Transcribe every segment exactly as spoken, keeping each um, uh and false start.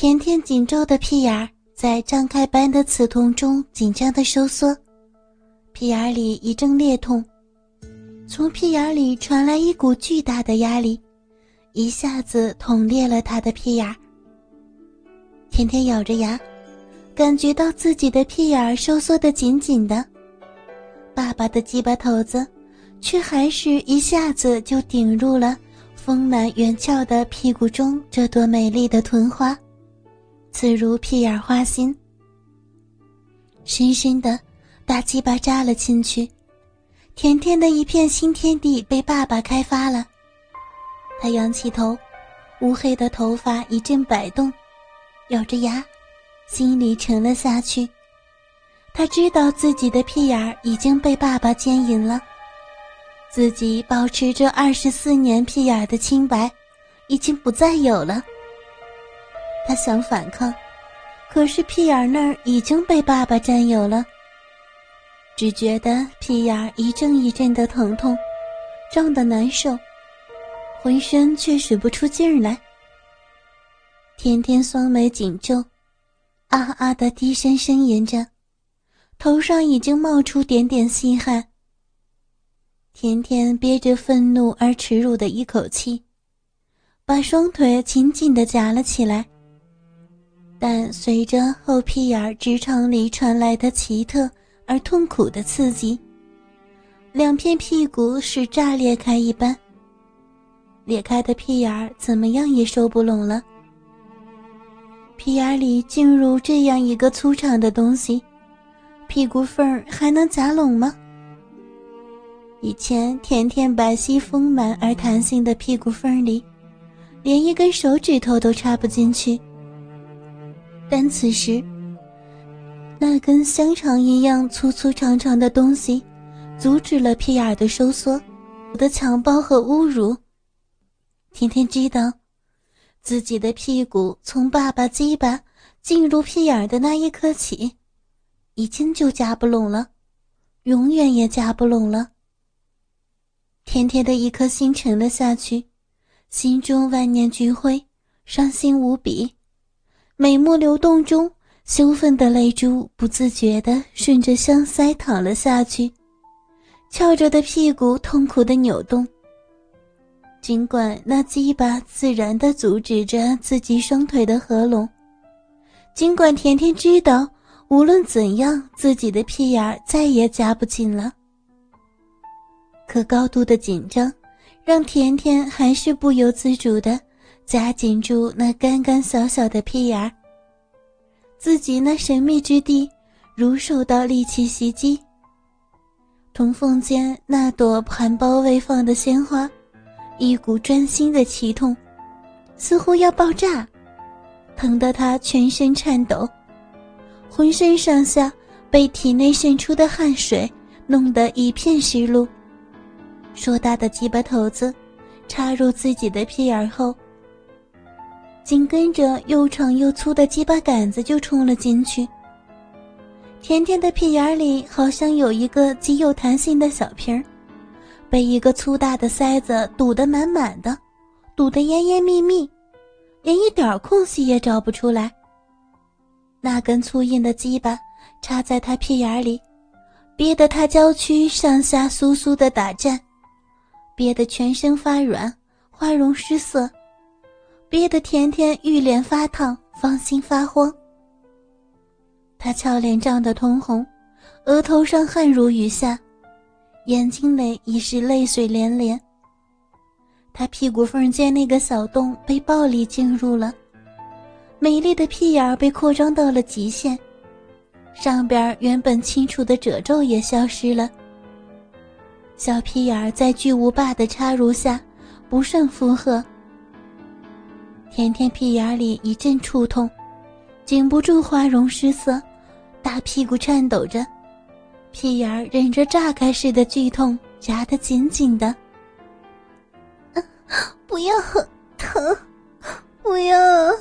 甜甜紧皱的屁眼儿在张开般的刺痛中紧张的收缩，屁眼里一阵裂痛，从屁眼里传来一股巨大的压力，一下子捅裂了他的屁眼儿。甜甜咬着牙，感觉到自己的屁眼儿收缩得紧紧的，爸爸的鸡巴头子却还是一下子就顶入了丰满圆翘的屁股中这朵美丽的臀花，刺入屁眼花心，深深的大鸡巴扎了进去。甜甜的一片新天地被爸爸开发了。他仰起头，乌黑的头发一阵摆动，咬着牙，心里沉了下去。他知道自己的屁眼儿已经被爸爸奸淫了，自己保持着二十四年屁眼儿的清白已经不再有了。他想反抗，可是屁眼儿那儿已经被爸爸占有了，只觉得屁眼儿一阵一阵的疼痛，胀得难受，浑身却使不出劲儿来。甜甜双眉紧皱，啊啊地低声呻吟着，头上已经冒出点点细汗。甜甜憋着愤怒而耻辱的一口气，把双腿紧紧地夹了起来。但随着后屁眼直肠里传来的奇特而痛苦的刺激，两片屁股是炸裂开一般，裂开的屁眼怎么样也收不拢了。屁眼里进入这样一个粗长的东西，屁股缝还能夹拢吗？以前甜甜白皙丰满而弹性的屁股缝里，连一根手指头都插不进去。但此时，那根香肠一样粗粗长长的东西阻止了屁眼的收缩的强暴和侮辱。甜甜知道自己的屁股从爸爸鸡巴进入屁眼的那一刻起，已经就夹不拢了，永远也夹不拢了。甜甜的一颗心沉了下去，心中万念俱灰，伤心无比。美目流动中，羞愤的泪珠不自觉地顺着香腮淌了下去，翘着的屁股痛苦地扭动。尽管那鸡巴自然地阻止着自己双腿的合拢，尽管甜甜知道无论怎样自己的屁眼再也夹不紧了，可高度的紧张让甜甜还是不由自主地夹紧住那干干小小的屁眼儿，自己那神秘之地如受到利器袭击。铜缝间那朵含苞未放的鲜花，一股钻心的奇痛，似乎要爆炸，疼得他全身颤抖，浑身上下被体内渗出的汗水弄得一片湿漉。硕大的鸡巴头子插入自己的屁眼后，紧跟着又长又粗的鸡巴杆子就冲了进去。甜甜的屁眼里好像有一个极有弹性的小瓶儿，被一个粗大的塞子堵得满满的，堵得严严密密，连一点空隙也找不出来。那根粗硬的鸡巴插在他屁眼里，憋得他娇躯上下酥酥的打颤，憋得全身发软，花容失色，憋得甜甜玉脸发烫，芳心发慌。他俏脸涨得通红，额头上汗如雨下，眼睛内已是泪水连连。他屁股缝间那个小洞被暴力进入了，美丽的屁眼被扩张到了极限，上边原本清楚的褶皱也消失了。小屁眼在巨无霸的插入下不胜负荷，甜甜屁眼里一阵触痛，禁不住花容失色，大屁股颤抖着，屁眼忍着炸开似的剧痛夹得紧紧的。啊，不要，疼，不要！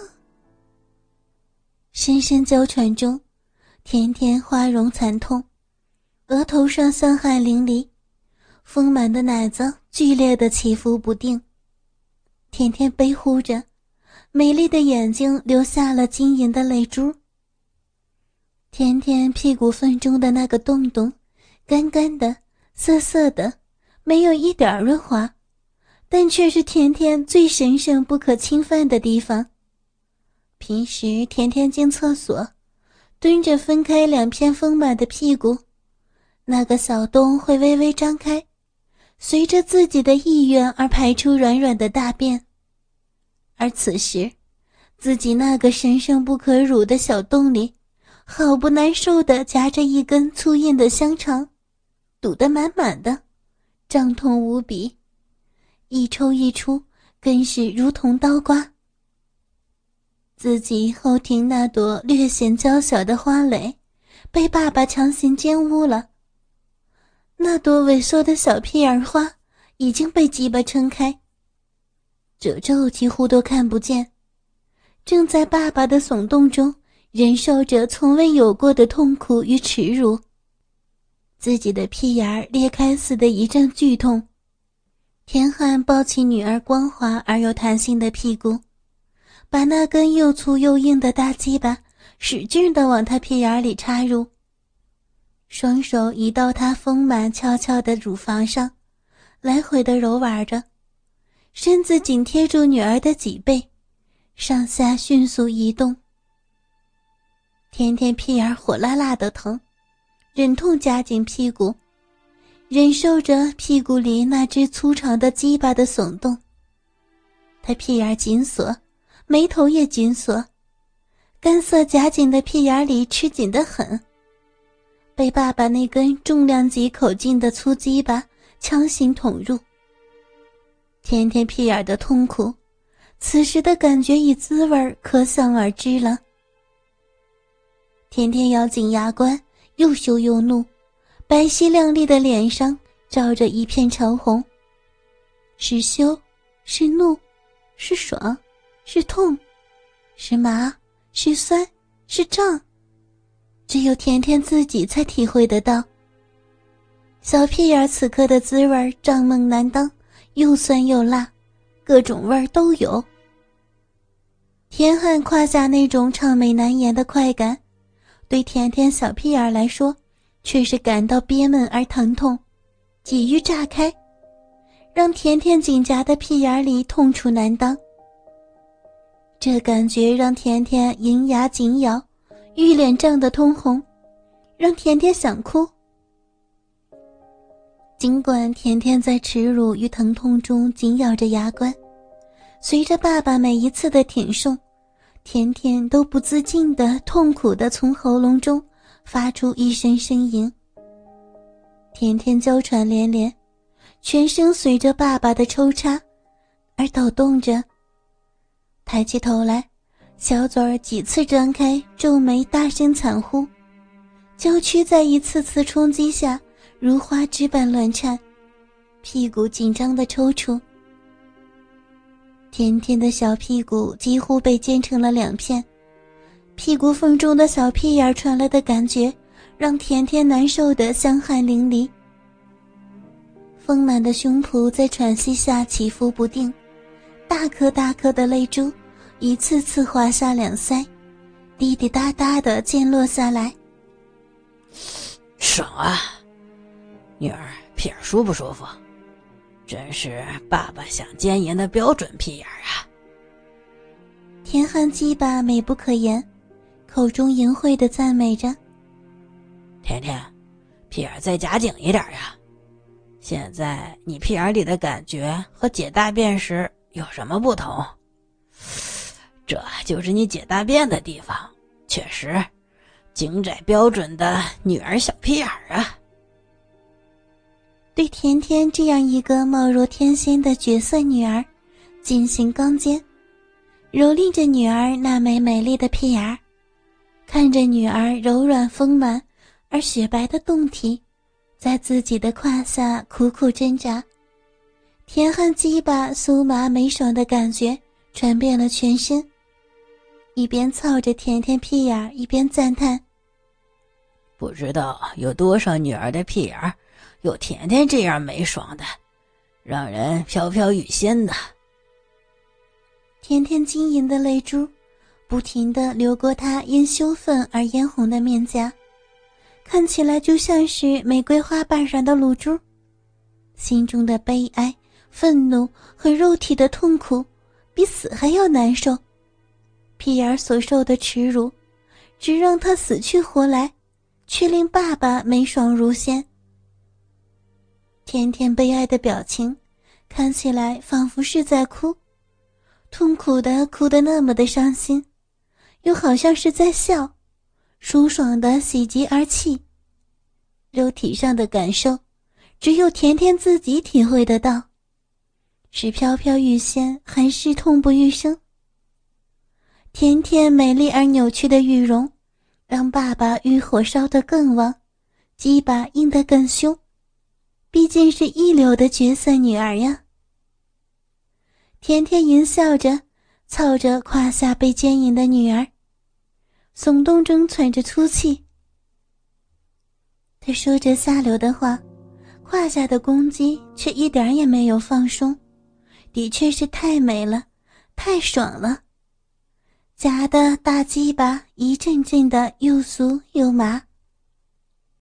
深深娇喘中，甜甜花容惨痛，额头上香汗淋漓，丰满的奶子剧烈的起伏不定。甜甜悲呼着， 美丽的眼睛流下了晶莹的泪珠。甜甜屁股缝中的那个洞洞，干干的、涩涩的，没有一点润滑，但却是甜甜最神圣不可侵犯的地方。平时甜甜进厕所，蹲着分开两片丰满的屁股，那个小洞会微微张开，随着自己的意愿而排出软软的大便。而此时，自己那个神圣不可辱的小洞里，好不难受地夹着一根粗硬的香肠，堵得满满的，胀痛无比，一抽一出，更是如同刀刮。自己后庭那朵略显娇小的花蕾，被爸爸强行奸污了。那朵萎缩的小屁眼花已经被鸡巴撑开，褶皱几乎都看不见，正在爸爸的耸动中忍受着从未有过的痛苦与耻辱。自己的屁眼裂开似的一阵剧痛，田汉抱起女儿光滑而又弹性的屁股，把那根又粗又硬的大鸡巴使劲地往她屁眼里插入，双手移到她丰满翘翘的乳房上，来回地揉玩着，身子紧贴住女儿的脊背，上下迅速移动。甜甜屁眼火辣辣的疼，忍痛夹紧屁股，忍受着屁股里那只粗长的鸡巴的耸动。她屁眼紧锁，眉头也紧锁，干涩夹紧的屁眼里吃紧得很，被爸爸那根重量级口径的粗鸡巴强行捅入。甜甜屁眼的痛苦，此时的感觉与滋味可想而知了。甜甜咬紧牙关，又羞又怒，白皙亮丽的脸上罩着一片潮红，是羞，是怒，是爽，是痛，是麻，是酸，是胀，只有甜甜自己才体会得到。小屁眼此刻的滋味胀梦难当，又酸又辣，各种味儿都有。田汉胯下那种畅美难言的快感，对甜甜小屁眼来说却是感到憋闷而疼痛，几欲炸开，让甜甜紧夹的屁眼里痛楚难当。这感觉让甜甜银牙紧咬，玉脸涨得通红，让甜甜想哭。尽管甜甜在耻辱与疼痛中紧咬着牙关，随着爸爸每一次的挺送，甜甜都不自禁地痛苦地从喉咙中发出一声呻吟。甜甜娇喘连连，全身随着爸爸的抽插而抖动着。抬起头来，小嘴儿几次张开，皱眉大声惨呼，娇躯在一次次冲击下如花枝般乱颤，屁股紧张的抽搐。甜甜的小屁股几乎被煎成了两片，屁股缝中的小屁眼传来的感觉让甜甜难受得香汗淋漓。丰满的胸脯在喘息下起伏不定，大颗大颗的泪珠一次次滑下两腮，滴滴答答地溅落下来。 爽啊！女儿，屁眼舒不舒服？真是爸爸想奸淫的标准屁眼啊！ 田汉鸡巴美不可言，口中淫秽地赞美着。 甜甜，屁眼再夹紧一点呀！现在你屁眼里的感觉和解大便时有什么不同？这就是你解大便的地方，确实精窄标准的女儿小屁眼啊！ 对甜甜这样一个貌若天仙的绝色女儿进行刚奸，蹂躏着女儿那枚美丽的屁眼儿，看着女儿柔软丰满而雪白的胴体在自己的胯下苦苦挣扎，甜汉鸡巴酥麻美爽的感觉传遍了全身，一边操着甜甜屁眼儿一边赞叹， 不知道有多少女儿的屁眼儿有甜甜这样美爽的，让人飘飘欲仙的。 甜甜晶莹的泪珠不停地流过她因羞愤而嫣红的面颊，看起来就像是玫瑰花瓣上的露珠。心中的悲哀、愤怒和肉体的痛苦比死还要难受。皮尔所受的耻辱只让他死去活来，却令爸爸美爽如仙。甜甜悲哀的表情看起来仿佛是在哭，痛苦的哭得那么的伤心，又好像是在笑，舒爽的喜极而泣。肉体上的感受只有甜甜自己体会得到，是飘飘欲仙还是痛不欲生。甜甜美丽而扭曲的玉容让爸爸欲火烧得更旺，鸡巴硬得更凶，毕竟是一流的绝色女儿呀。甜甜淫笑着操着胯下被奸淫的女儿，耸动中喘着粗气。她说着下流的话，胯下的公鸡却一点也没有放松，的确是太美了，太爽了。夹的大鸡巴一阵阵的又酥又麻，